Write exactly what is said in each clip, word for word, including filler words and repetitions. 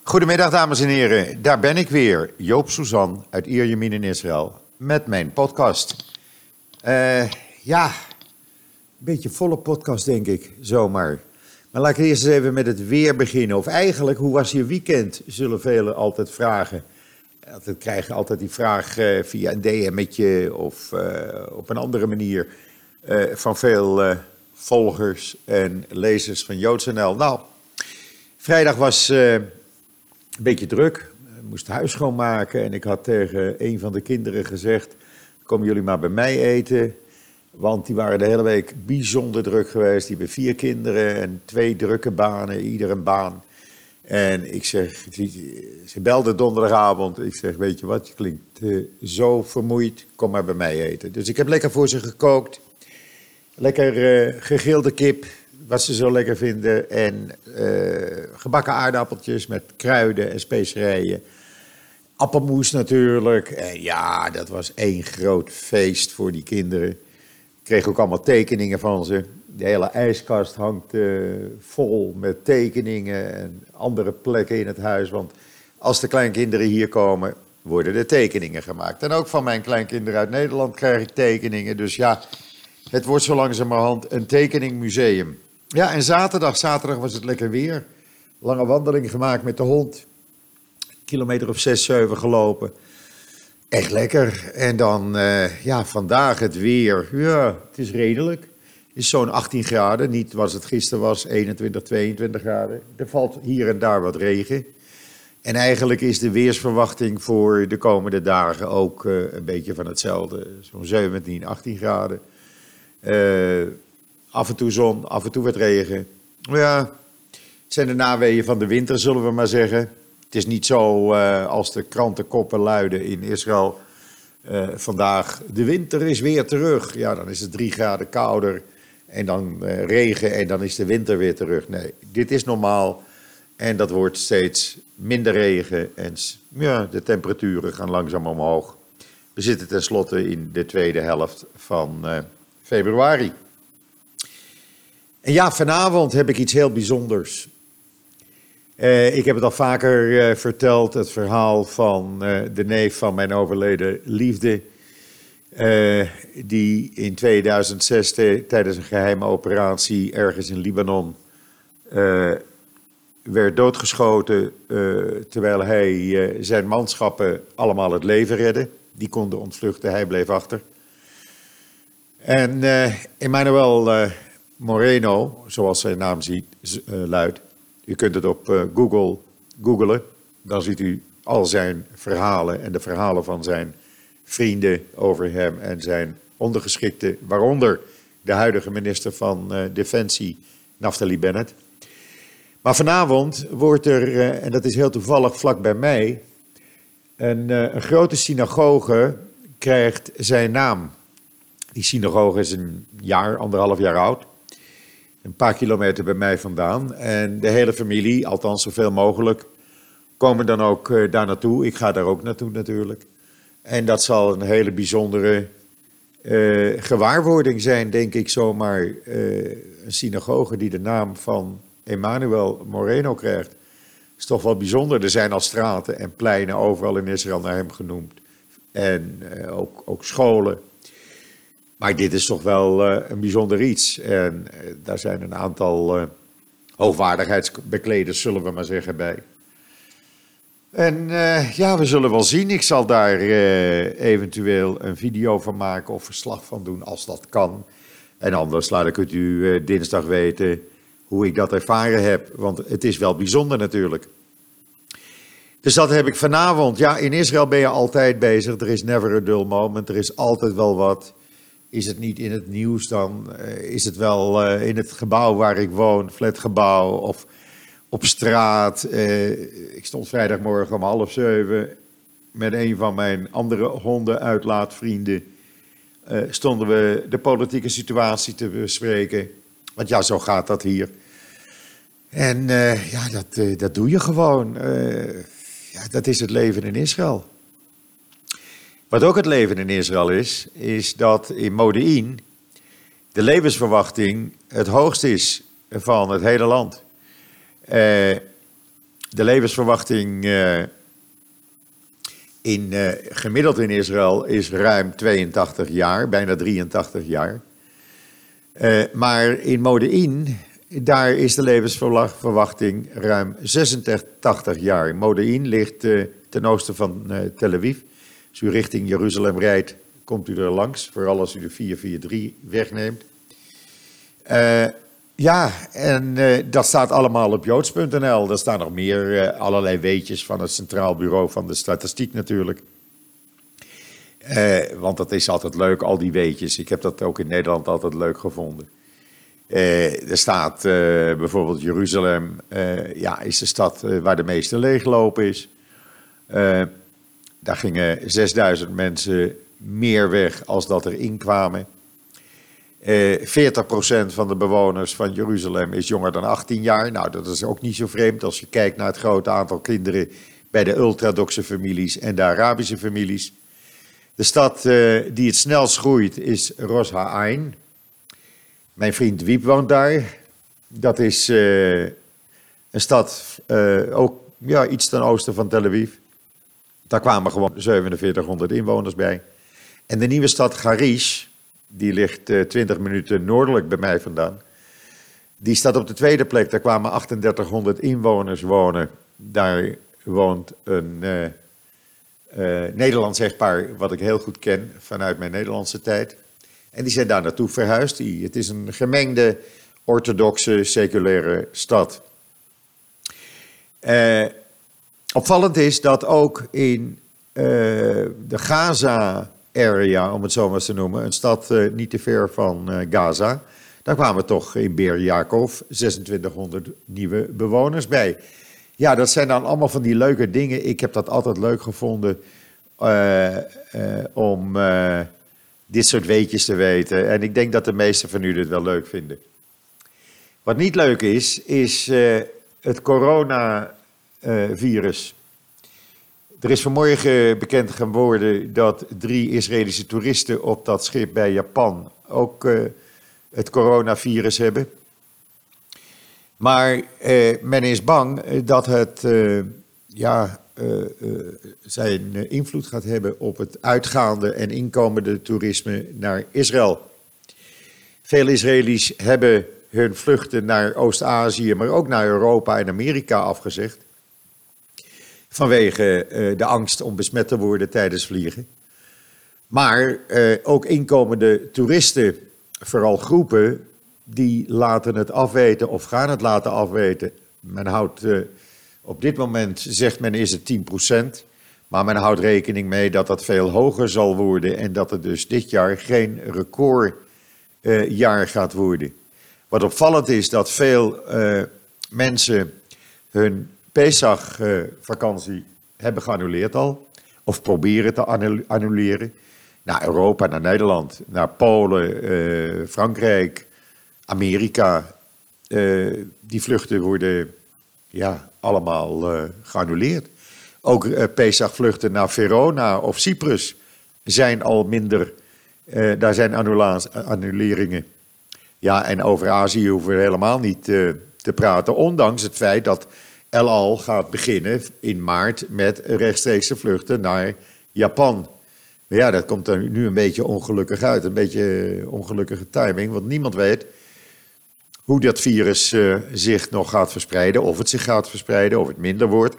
Goedemiddag dames en heren, daar ben ik weer, Joop Suzan uit Ierjemien in Israël, met mijn podcast. Uh, ja, een beetje volle podcast denk ik, zomaar. Maar laat ik eerst eens even met het weer beginnen. Of eigenlijk, hoe was je weekend, zullen velen altijd vragen. We krijgen altijd die vraag uh, via een D M'tje of uh, op een andere manier uh, van veel uh, volgers en lezers van Joods punt n l. Nou, vrijdag was uh, een beetje druk. Ik moest huis schoonmaken en ik had tegen een van de kinderen gezegd: komen jullie maar bij mij eten. Want die waren de hele week bijzonder druk geweest. Die hebben vier kinderen en twee drukke banen, ieder een baan. En ik zeg, ze belde donderdagavond. Ik zeg, weet je wat, je klinkt uh, zo vermoeid, kom maar bij mij eten. Dus ik heb lekker voor ze gekookt. Lekker uh, gegrilde kip, wat ze zo lekker vinden. En uh, gebakken aardappeltjes met kruiden en specerijen. Appelmoes natuurlijk. En ja, dat was één groot feest voor die kinderen. Ik kreeg ook allemaal tekeningen van ze. De hele ijskast hangt uh, vol met tekeningen en andere plekken in het huis. Want als de kleinkinderen hier komen, worden er tekeningen gemaakt. En ook van mijn kleinkinderen uit Nederland krijg ik tekeningen. Dus ja, het wordt zo langzamerhand een tekeningmuseum. Ja, en zaterdag, zaterdag was het lekker weer. Lange wandeling gemaakt met de hond. Kilometer of zes, zeven gelopen. Echt lekker. En dan, uh, ja, vandaag het weer. Ja, het is redelijk. Het is zo'n achttien graden. Niet zoals het gisteren was, eenentwintig, tweeëntwintig graden. Er valt hier en daar wat regen. En eigenlijk is de weersverwachting voor de komende dagen ook uh, een beetje van hetzelfde. Zo'n zeventien, achttien graden. Uh, af en toe zon, af en toe wat regen. Ja, het zijn de naweeën van de winter, zullen we maar zeggen. Het is niet zo uh, als de krantenkoppen luiden in Israël. Uh, vandaag, de winter is weer terug. Ja, dan is het drie graden kouder en dan uh, regen en dan is de winter weer terug. Nee, dit is normaal en dat wordt steeds minder regen en ja, de temperaturen gaan langzaam omhoog. We zitten tenslotte in de tweede helft van uh, februari. En ja, vanavond heb ik iets heel bijzonders. Uh, ik heb het al vaker uh, verteld, het verhaal van uh, de neef van mijn overleden liefde. Uh, die in tweeduizend zes te, tijdens een geheime operatie ergens in Libanon uh, werd doodgeschoten. Uh, terwijl hij uh, zijn manschappen allemaal het leven redde. Die konden ontvluchten, hij bleef achter. En uh, Emmanuel uh, Moreno, zoals zijn naam ziet, uh, luidt. U kunt het op uh, Google googlen, dan ziet u al zijn verhalen en de verhalen van zijn vrienden over hem en zijn ondergeschikten, waaronder de huidige minister van uh, Defensie, Naftali Bennett. Maar vanavond wordt er, uh, en dat is heel toevallig vlak bij mij, een, uh, een grote synagoge krijgt zijn naam. Die synagoge is een jaar, anderhalf jaar oud. Een paar kilometer bij mij vandaan. En de hele familie, althans zoveel mogelijk, komen dan ook uh, daar naartoe. Ik ga daar ook naartoe natuurlijk. En dat zal een hele bijzondere uh, gewaarwording zijn, denk ik zomaar. Uh, een synagoge die de naam van Emmanuel Moreno krijgt. Is toch wel bijzonder. Er zijn al straten en pleinen overal in Israël naar hem genoemd. En uh, ook, ook scholen. Maar dit is toch wel uh, een bijzonder iets. En uh, daar zijn een aantal uh, hoogwaardigheidsbekleders, zullen we maar zeggen, bij. En uh, ja, we zullen wel zien. Ik zal daar uh, eventueel een video van maken of verslag van doen, als dat kan. En anders laat ik het u uh, dinsdag weten hoe ik dat ervaren heb. Want het is wel bijzonder natuurlijk. Dus dat heb ik vanavond. Ja, in Israël ben je altijd bezig. Er is never a dull moment. Er is altijd wel wat. Is het niet in het nieuws, dan uh, is het wel uh, in het gebouw waar ik woon, flatgebouw of op straat. Uh, ik stond vrijdagmorgen om half zeven met een van mijn andere hondenuitlaatvrienden. Uh, stonden we de politieke situatie te bespreken. Want ja, zo gaat dat hier. En uh, ja, dat, uh, dat doe je gewoon. Uh, ja, dat is het leven in Israël. Wat ook het leven in Israël is, is dat in Modi'in de levensverwachting het hoogst is van het hele land. Uh, de levensverwachting uh, in, uh, gemiddeld in Israël is ruim tweeëntachtig jaar, bijna drieëntachtig jaar. Uh, maar in Modi'in, daar is de levensverwachting ruim zesentachtig jaar. Modi'in ligt uh, ten oosten van uh, Tel Aviv. Als u richting Jeruzalem rijdt, komt u er langs, vooral als u de vier vier drie wegneemt. Uh, ja, en uh, dat staat allemaal op joods punt n l. Daar staan nog meer uh, allerlei weetjes van het Centraal Bureau van de Statistiek natuurlijk. Uh, want dat is altijd leuk, al die weetjes. Ik heb dat ook in Nederland altijd leuk gevonden. Uh, er staat uh, bijvoorbeeld Jeruzalem, uh, ja, is de stad uh, waar de meeste leegloop is. Uh, daar gingen zesduizend mensen meer weg als dat er inkwamen. Uh, veertig procent van de bewoners van Jeruzalem is jonger dan achttien jaar. Nou, dat is ook niet zo vreemd als je kijkt naar het grote aantal kinderen bij de ultradoxe families en de Arabische families. De stad uh, die het snelst groeit is Ros HaAin. Mijn vriend Wiep woont daar. Dat is uh, een stad uh, ook ja, iets ten oosten van Tel Aviv. Daar kwamen gewoon zevenenveertighonderd inwoners bij. En de nieuwe stad Harish, die ligt uh, twintig minuten noordelijk bij mij vandaan. Die staat op de tweede plek. Daar kwamen achtendertighonderd inwoners wonen. Daar woont een uh, uh, Nederlands echtpaar wat ik heel goed ken vanuit mijn Nederlandse tijd. En die zijn daar naartoe verhuisd. Die, het is een gemengde orthodoxe seculaire stad. Uh, opvallend is dat ook in uh, de Gaza-area, om het zo maar te noemen, een stad uh, niet te ver van uh, Gaza, daar kwamen toch in Beer Yaakov zesentwintighonderd nieuwe bewoners bij. Ja, dat zijn dan allemaal van die leuke dingen. Ik heb dat altijd leuk gevonden uh, uh, om uh, dit soort weetjes te weten. En ik denk dat de meesten van u dit wel leuk vinden. Wat niet leuk is, is uh, het coronavirus. Er is vanmorgen bekend geworden dat drie Israëlische toeristen op dat schip bij Japan ook uh, het coronavirus hebben. Maar uh, men is bang dat het uh, ja, uh, uh, zijn invloed gaat hebben op het uitgaande en inkomende toerisme naar Israël. Veel Israëli's hebben hun vluchten naar Oost-Azië, maar ook naar Europa en Amerika afgezegd. Vanwege uh, de angst om besmet te worden tijdens vliegen. Maar uh, ook inkomende toeristen, vooral groepen, die laten het afweten of gaan het laten afweten. Men houdt uh, op dit moment, zegt men, is het tien procent. Maar men houdt rekening mee dat dat veel hoger zal worden. En dat het dus dit jaar geen recordjaar uh, gaat worden. Wat opvallend is dat veel uh, mensen hun Pesach-vakantie uh, hebben geannuleerd al. Of proberen te annuleren. Naar Europa, naar Nederland, naar Polen, uh, Frankrijk, Amerika. Uh, die vluchten worden ja, allemaal uh, geannuleerd. Ook uh, Pesach-vluchten naar Verona of Cyprus zijn al minder. Uh, daar zijn annuleringen. Ja, en over Azië hoeven we helemaal niet uh, te praten. Ondanks het feit dat El Al gaat beginnen in maart met rechtstreekse vluchten naar Japan. Maar ja, dat komt er nu een beetje ongelukkig uit. Een beetje ongelukkige timing, want niemand weet hoe dat virus uh, zich nog gaat verspreiden. Of het zich gaat verspreiden, of het minder wordt.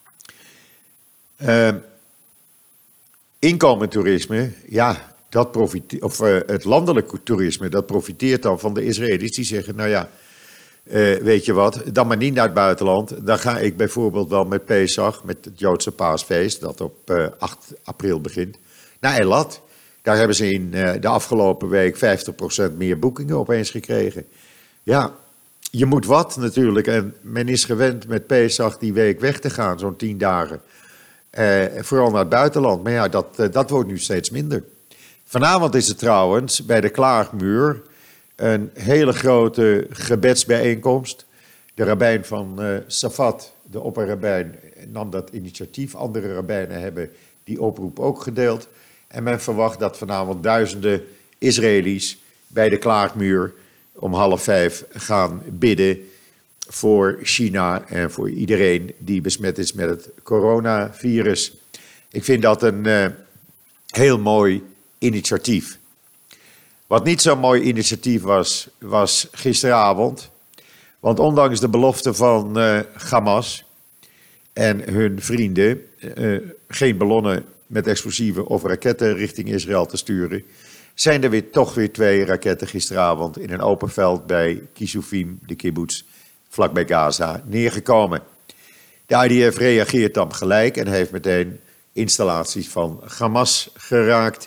Uh, inkomend toerisme, ja, dat profiteert, of uh, het landelijk toerisme, dat profiteert dan van de Israëli's die zeggen, nou ja, uh, weet je wat, dan maar niet naar het buitenland. Dan ga ik bijvoorbeeld wel met Pesach, met het Joodse paasfeest, dat op uh, acht april begint, naar Eilat. Daar hebben ze in uh, de afgelopen week vijftig procent meer boekingen opeens gekregen. Ja, je moet wat natuurlijk. En men is gewend met Pesach die week weg te gaan, zo'n tien dagen. Uh, vooral naar het buitenland. Maar ja, dat, uh, dat wordt nu steeds minder. Vanavond is er trouwens bij de Klaagmuur een hele grote gebedsbijeenkomst. De rabbijn van uh, Safat, de opperrabbijn, nam dat initiatief. Andere rabbijnen hebben die oproep ook gedeeld. En men verwacht dat vanavond duizenden Israëli's bij de Klaagmuur om half vijf gaan bidden voor China en voor iedereen die besmet is met het coronavirus. Ik vind dat een uh, heel mooi initiatief. Wat niet zo'n mooi initiatief was, was gisteravond. Want ondanks de belofte van uh, Hamas en hun vrienden uh, geen ballonnen met explosieven of raketten richting Israël te sturen, zijn er weer, toch weer twee raketten gisteravond in een open veld bij Kisufim, de kibbutz, vlakbij Gaza, neergekomen. De I D F reageert dan gelijk en heeft meteen installaties van Hamas geraakt.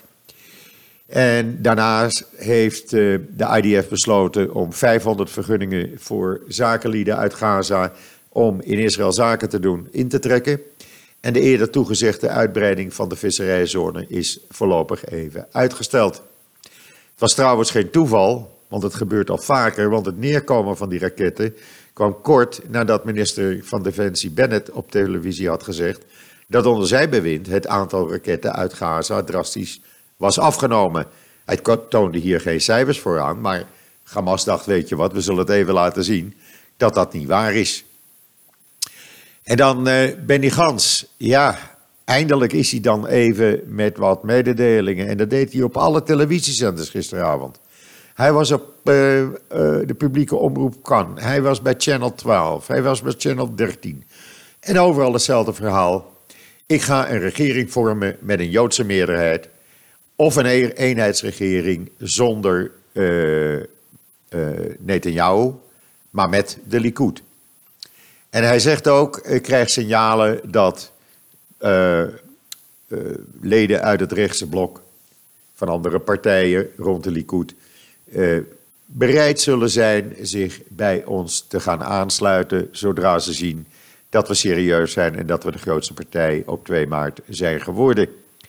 En daarnaast heeft uh, de I D F besloten om vijfhonderd vergunningen voor zakenlieden uit Gaza om in Israël zaken te doen in te trekken. En de eerder toegezegde uitbreiding van de visserijzone is voorlopig even uitgesteld. Het was trouwens geen toeval, want het gebeurt al vaker, want het neerkomen van die raketten kwam kort nadat minister van Defensie Bennett op televisie had gezegd dat onder zijn bewind het aantal raketten uit Gaza drastisch was afgenomen. Hij toonde hier geen cijfers voor aan, maar Hamas dacht, weet je wat, we zullen het even laten zien dat dat niet waar is. En dan uh, Benny Gans, ja, eindelijk is hij dan even met wat mededelingen. En dat deed hij op alle televisiezenders gisteravond. Hij was op uh, uh, de publieke omroep Cannes, hij was bij Channel twaalf, hij was bij Channel dertien. En overal hetzelfde verhaal. Ik ga een regering vormen met een Joodse meerderheid. Of een eenheidsregering zonder uh, uh, Netanyahu, maar met de Likud. En hij zegt ook, ik krijg signalen dat uh, uh, leden uit het rechtse blok van andere partijen rond de Likud uh, bereid zullen zijn zich bij ons te gaan aansluiten zodra ze zien dat we serieus zijn en dat we de grootste partij op twee maart zijn geworden.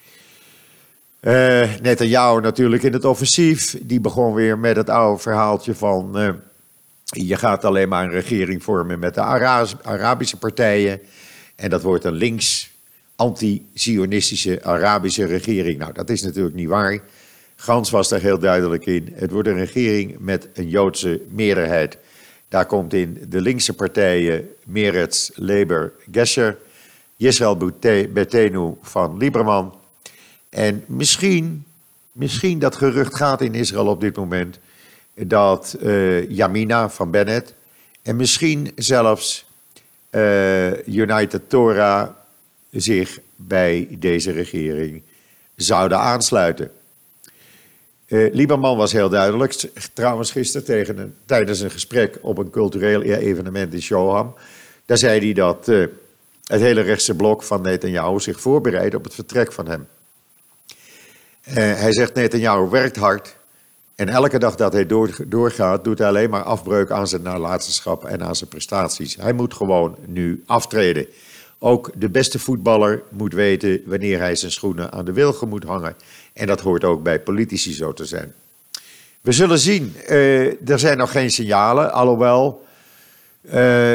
Uh, Netanyahu natuurlijk in het offensief. Die begon weer met het oude verhaaltje van Uh, je gaat alleen maar een regering vormen met de Ara- Arabische partijen. En dat wordt een links, anti-Zionistische Arabische regering. Nou, dat is natuurlijk niet waar. Gans was daar heel duidelijk in. Het wordt een regering met een Joodse meerderheid. Daar komt in de linkse partijen Meretz, Labour, Gesher, Yisrael Beitenu van Lieberman. En misschien, misschien dat gerucht gaat in Israël op dit moment dat uh, Yamina van Bennett en misschien zelfs uh, United Torah zich bij deze regering zouden aansluiten. Uh, Lieberman was heel duidelijk, trouwens gisteren tegen een, tijdens een gesprek op een cultureel evenement in Shoham. Daar zei hij dat uh, het hele rechtse blok van Netanyahu zich voorbereidt op het vertrek van hem. Uh, hij zegt Netanyahu werkt hard en elke dag dat hij door, doorgaat doet hij alleen maar afbreuk aan zijn nalatenschap en aan zijn prestaties. Hij moet gewoon nu aftreden. Ook de beste voetballer moet weten wanneer hij zijn schoenen aan de wilgen moet hangen. En dat hoort ook bij politici zo te zijn. We zullen zien. Uh, er zijn nog geen signalen, alhoewel Uh,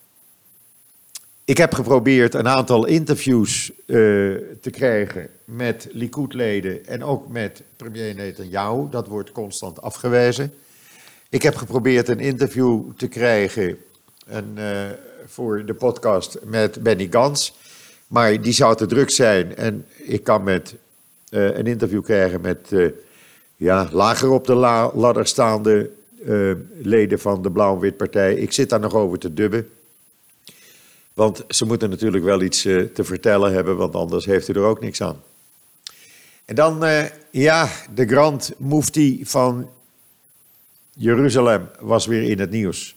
ik heb geprobeerd een aantal interviews uh, te krijgen met Likud-leden en ook met premier Netanyahu. Dat wordt constant afgewezen. Ik heb geprobeerd een interview te krijgen een, uh, voor de podcast met Benny Gans. Maar die zou te druk zijn en ik kan met, uh, een interview krijgen met uh, ja, lager op de la- ladder staande uh, leden van de Blauw-Wit-partij. Ik zit daar nog over te dubben. Want ze moeten natuurlijk wel iets uh, te vertellen hebben, want anders heeft u er ook niks aan. En dan, uh, ja, de Grand Mufti van Jeruzalem was weer in het nieuws.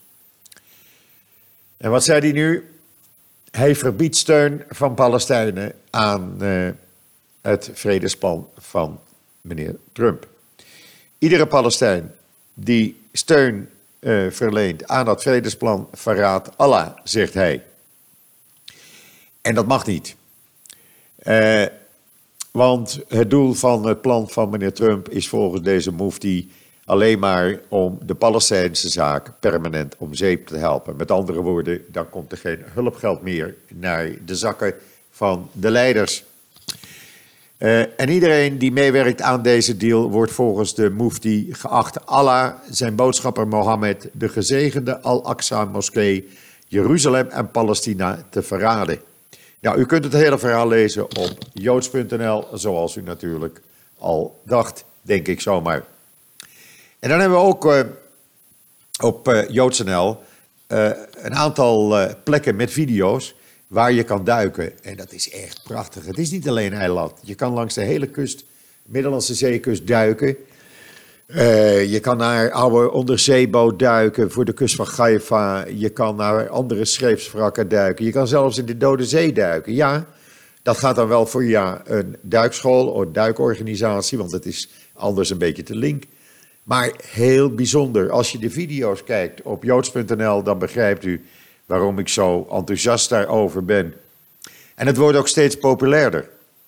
En wat zei hij nu? Hij verbiedt steun van Palestijnen aan uh, het vredesplan van meneer Trump. Iedere Palestijn die steun uh, verleent aan dat vredesplan verraadt Allah, zegt hij. En dat mag niet. Uh, want het doel van het plan van meneer Trump is volgens deze mufti alleen maar om de Palestijnse zaak permanent om zeep te helpen. Met andere woorden, dan komt er geen hulpgeld meer naar de zakken van de leiders. Uh, en iedereen die meewerkt aan deze deal wordt volgens de Mufti geacht Allah, zijn boodschapper Mohammed, de gezegende Al-Aqsa-moskee, Jeruzalem en Palestina te verraden. Nou, u kunt het hele verhaal lezen op joods punt n l, zoals u natuurlijk al dacht, denk ik zomaar. En dan hebben we ook uh, op uh, joods punt n l uh, een aantal uh, plekken met video's waar je kan duiken. En dat is echt prachtig. Het is niet alleen eiland. Je kan langs de hele kust, Middellandse Zeekust, duiken. Uh, je kan naar oude onderzeeboot duiken voor de kust van Haifa. Je kan naar andere scheepswrakken duiken. Je kan zelfs in de Dode Zee duiken. Ja, dat gaat dan wel voor ja, een duikschool of een duikorganisatie, want het is anders een beetje te link. Maar heel bijzonder. Als je de video's kijkt op joods punt n l, dan begrijpt u waarom ik zo enthousiast daarover ben. En het wordt ook steeds populairder.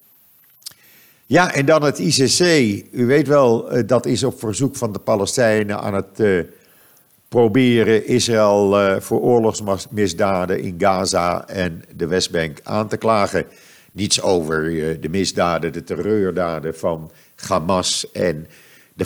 Ja, en dan het I C C. U weet wel, dat is op verzoek van de Palestijnen aan het uh, proberen Israël uh, voor oorlogsmisdaden in Gaza en de Westbank aan te klagen. Niets over uh, de misdaden, de terreurdaden van Hamas en de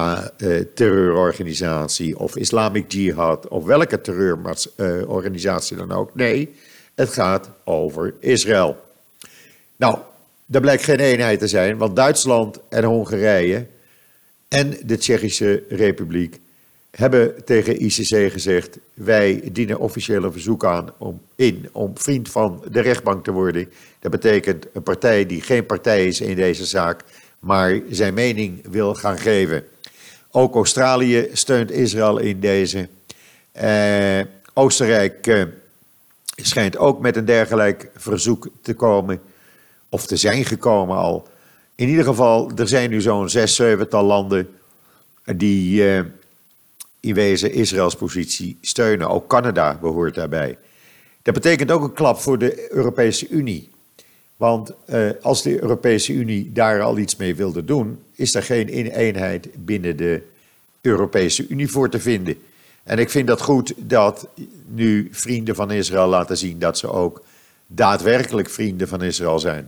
Fatah-terreurorganisatie uh, of Islamic Jihad of welke terreurorganisatie uh, dan ook. Nee, het gaat over Israël. Nou, er blijkt geen eenheid te zijn, want Duitsland en Hongarije en de Tsjechische Republiek hebben tegen I C C gezegd: wij dienen officiële verzoek aan om, in om vriend van de rechtbank te worden. Dat betekent een partij die geen partij is in deze zaak, maar zijn mening wil gaan geven. Ook Australië steunt Israël in deze. Uh, Oostenrijk uh, schijnt ook met een dergelijk verzoek te komen, of te zijn gekomen al. In ieder geval, er zijn nu zo'n zes, zevental landen die uh, in wezen Israëls positie steunen. Ook Canada behoort daarbij. Dat betekent ook een klap voor de Europese Unie. Want uh, als de Europese Unie daar al iets mee wilde doen, is er geen eenheid binnen de Europese Unie voor te vinden. En ik vind dat goed dat nu vrienden van Israël laten zien dat ze ook daadwerkelijk vrienden van Israël zijn.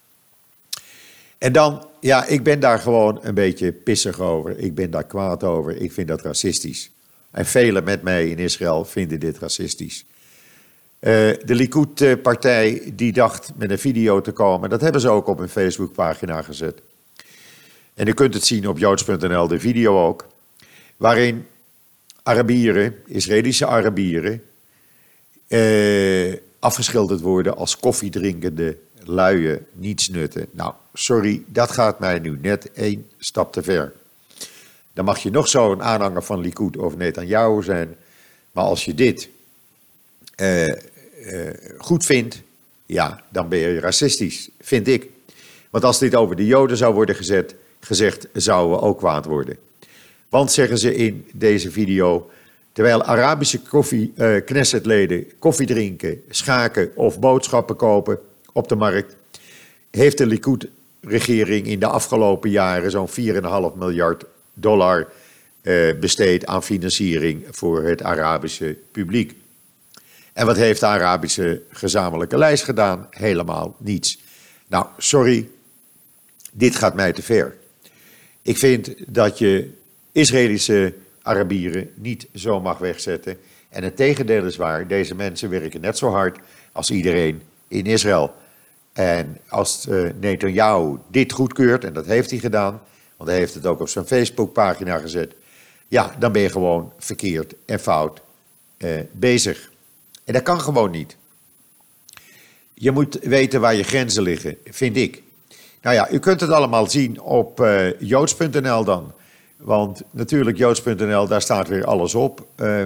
En dan, ja, ik ben daar gewoon een beetje pissig over. Ik ben daar kwaad over. Ik vind dat racistisch. En velen met mij in Israël vinden dit racistisch. Uh, de Likud-partij die dacht met een video te komen, dat hebben ze ook op hun Facebookpagina gezet. En u kunt het zien op joods punt n l, de video ook, waarin Arabieren, Israëlische Arabieren, uh, afgeschilderd worden als koffiedrinkende luie nietsnutten. Nou, sorry, dat gaat mij nu net één stap te ver. Dan mag je nog zo'n aanhanger van Likud of Netanyahu zijn, maar als je dit uh, uh, goed vindt, ja, dan ben je racistisch, vind ik. Want als dit over de Joden zou worden gezet, gezegd, zouden we ook kwaad worden. Want, zeggen ze in deze video, terwijl Arabische koffie, uh, Knessetleden koffie drinken, schaken of boodschappen kopen op de markt, heeft de Likud-regering in de afgelopen jaren zo'n vier komma vijf miljard dollar uh, besteed aan financiering voor het Arabische publiek. En wat heeft de Arabische gezamenlijke lijst gedaan? Helemaal niets. Nou, sorry, dit gaat mij te ver. Ik vind dat je Israëlische Arabieren niet zo mag wegzetten. En het tegendeel is waar, deze mensen werken net zo hard als iedereen in Israël. En als uh, Netanyahu dit goedkeurt, en dat heeft hij gedaan, want hij heeft het ook op zijn Facebookpagina gezet, ja, dan ben je gewoon verkeerd en fout uh, bezig. En dat kan gewoon niet. Je moet weten waar je grenzen liggen, vind ik. Nou ja, u kunt het allemaal zien op uh, joods punt n l dan. Want natuurlijk, joods punt n l, daar staat weer alles op. Uh,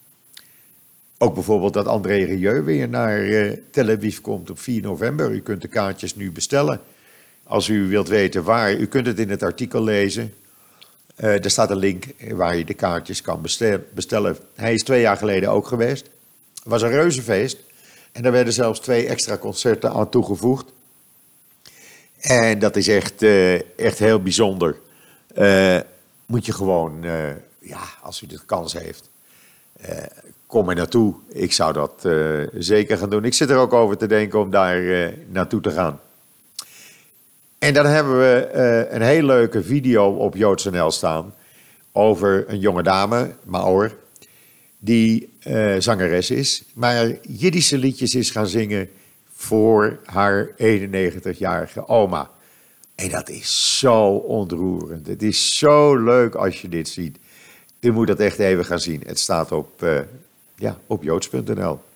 ook bijvoorbeeld dat André Rieu weer naar uh, Tel Aviv komt op vier november. U kunt de kaartjes nu bestellen. Als u wilt weten waar, u kunt het in het artikel lezen. Uh, er staat een link waar je de kaartjes kan bestellen. Hij is twee jaar geleden ook geweest. Het was een reuzenfeest. En er werden zelfs twee extra concerten aan toegevoegd. En dat is echt, uh, echt heel bijzonder. Uh, moet je gewoon, uh, ja, als u de kans heeft, uh, kom er naartoe. Ik zou dat uh, zeker gaan doen. Ik zit er ook over te denken om daar uh, naartoe te gaan. En dan hebben we uh, een heel leuke video op Joods punt n l staan over een jonge dame, Maor, die uh, zangeres is, maar Jiddische liedjes is gaan zingen voor haar eenennegentigjarige oma. En dat is zo ontroerend. Het is zo leuk als je dit ziet. U moet dat echt even gaan zien. Het staat op, uh, ja, op Joods punt n l.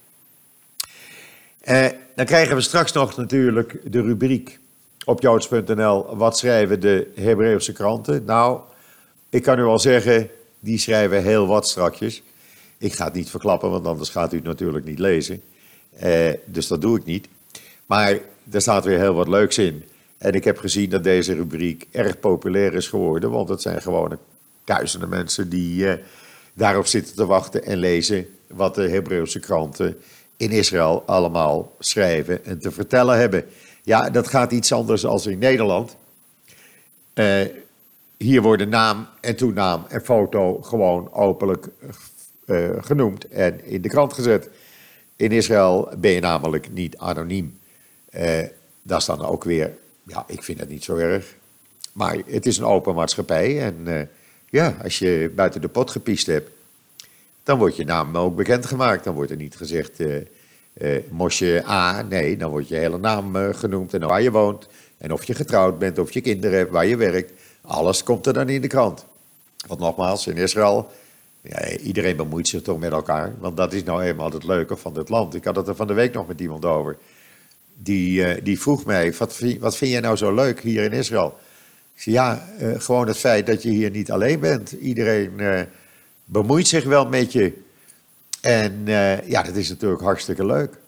Uh, dan krijgen we straks nog natuurlijk de rubriek op Joods punt n l. Wat schrijven de Hebreeuwse kranten? Nou, ik kan u al zeggen, die schrijven heel wat strakjes. Ik ga het niet verklappen, want anders gaat u het natuurlijk niet lezen. Uh, dus dat doe ik niet. Maar er staat weer heel wat leuks in. En ik heb gezien dat deze rubriek erg populair is geworden. Want het zijn gewoon duizenden mensen die uh, daarop zitten te wachten en lezen wat de Hebreeuwse kranten in Israël allemaal schrijven en te vertellen hebben. Ja, dat gaat iets anders dan in Nederland. Uh, hier worden naam en toenaam en foto gewoon openlijk uh, genoemd en in de krant gezet. In Israël ben je namelijk niet anoniem. Uh, dat is dan ook weer, ja, ik vind het niet zo erg. Maar het is een open maatschappij en uh, ja, als je buiten de pot gepiest hebt, dan wordt je naam ook bekendgemaakt. Dan wordt er niet gezegd uh, uh, Moshe A. Nee, dan wordt je hele naam uh, genoemd en waar je woont. En of je getrouwd bent, of je kinderen hebt, waar je werkt. Alles komt er dan in de krant. Want nogmaals, in Israël, ja, iedereen bemoeit zich toch met elkaar. Want dat is nou eenmaal het leuke van dit land. Ik had het er van de week nog met iemand over. Die, uh, die vroeg mij, wat, wat vind jij nou zo leuk hier in Israël? Ik zei, ja, uh, gewoon het feit dat je hier niet alleen bent. Iedereen uh, bemoeit zich wel met je. En uh, ja, dat is natuurlijk hartstikke leuk.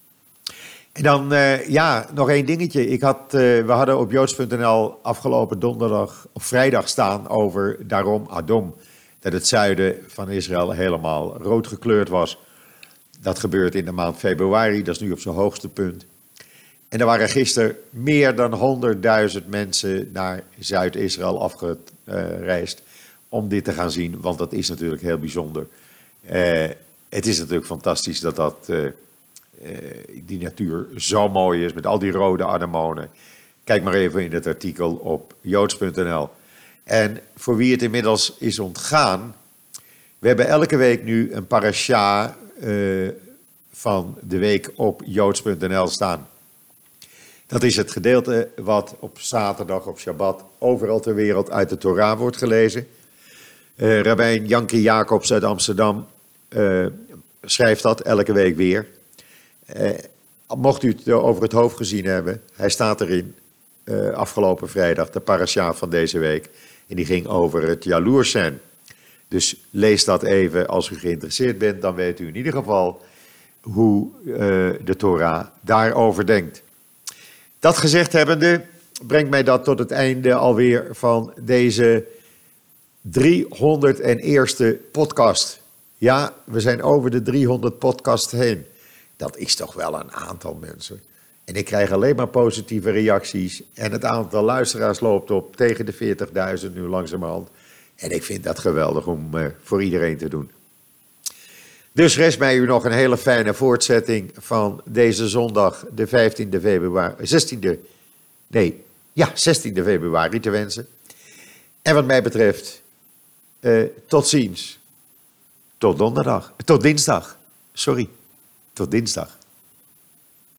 En dan, uh, ja, nog één dingetje. Ik had, uh, we hadden op Joods punt n l afgelopen donderdag of vrijdag staan over daarom Adom. Dat het zuiden van Israël helemaal rood gekleurd was. Dat gebeurt in de maand februari, dat is nu op zijn hoogste punt. En er waren gisteren meer dan honderdduizend mensen naar Zuid-Israël afgereisd om dit te gaan zien, want dat is natuurlijk heel bijzonder. Uh, het is natuurlijk fantastisch dat, dat uh, uh, die natuur zo mooi is met al die rode anemonen. Kijk maar even in het artikel op Joods punt n l. En voor wie het inmiddels is ontgaan, we hebben elke week nu een parasha uh, van de week op Joods punt n l staan. Dat is het gedeelte wat op zaterdag, op Shabbat, overal ter wereld uit de Torah wordt gelezen. Uh, Rabbijn Janke Jacobs uit Amsterdam uh, schrijft dat elke week weer. Uh, mocht u het over het hoofd gezien hebben, hij staat erin uh, afgelopen vrijdag, de parasha van deze week. En die ging over het jaloers zijn. Dus lees dat even als u geïnteresseerd bent, dan weet u in ieder geval hoe uh, de Torah daarover denkt. Dat gezegd hebbende, brengt mij dat tot het einde alweer van deze driehonderdste podcast. Ja, we zijn over de driehonderd podcast heen. Dat is toch wel een aantal mensen. En ik krijg alleen maar positieve reacties. En het aantal luisteraars loopt op tegen de veertigduizend nu langzamerhand. En ik vind dat geweldig om uh, voor iedereen te doen. Dus rest mij u nog een hele fijne voortzetting van deze zondag, de vijftiende februari, zestiende, nee, ja, zestiende februari te wensen. En wat mij betreft, uh, tot ziens. Tot donderdag, tot dinsdag, sorry, tot dinsdag.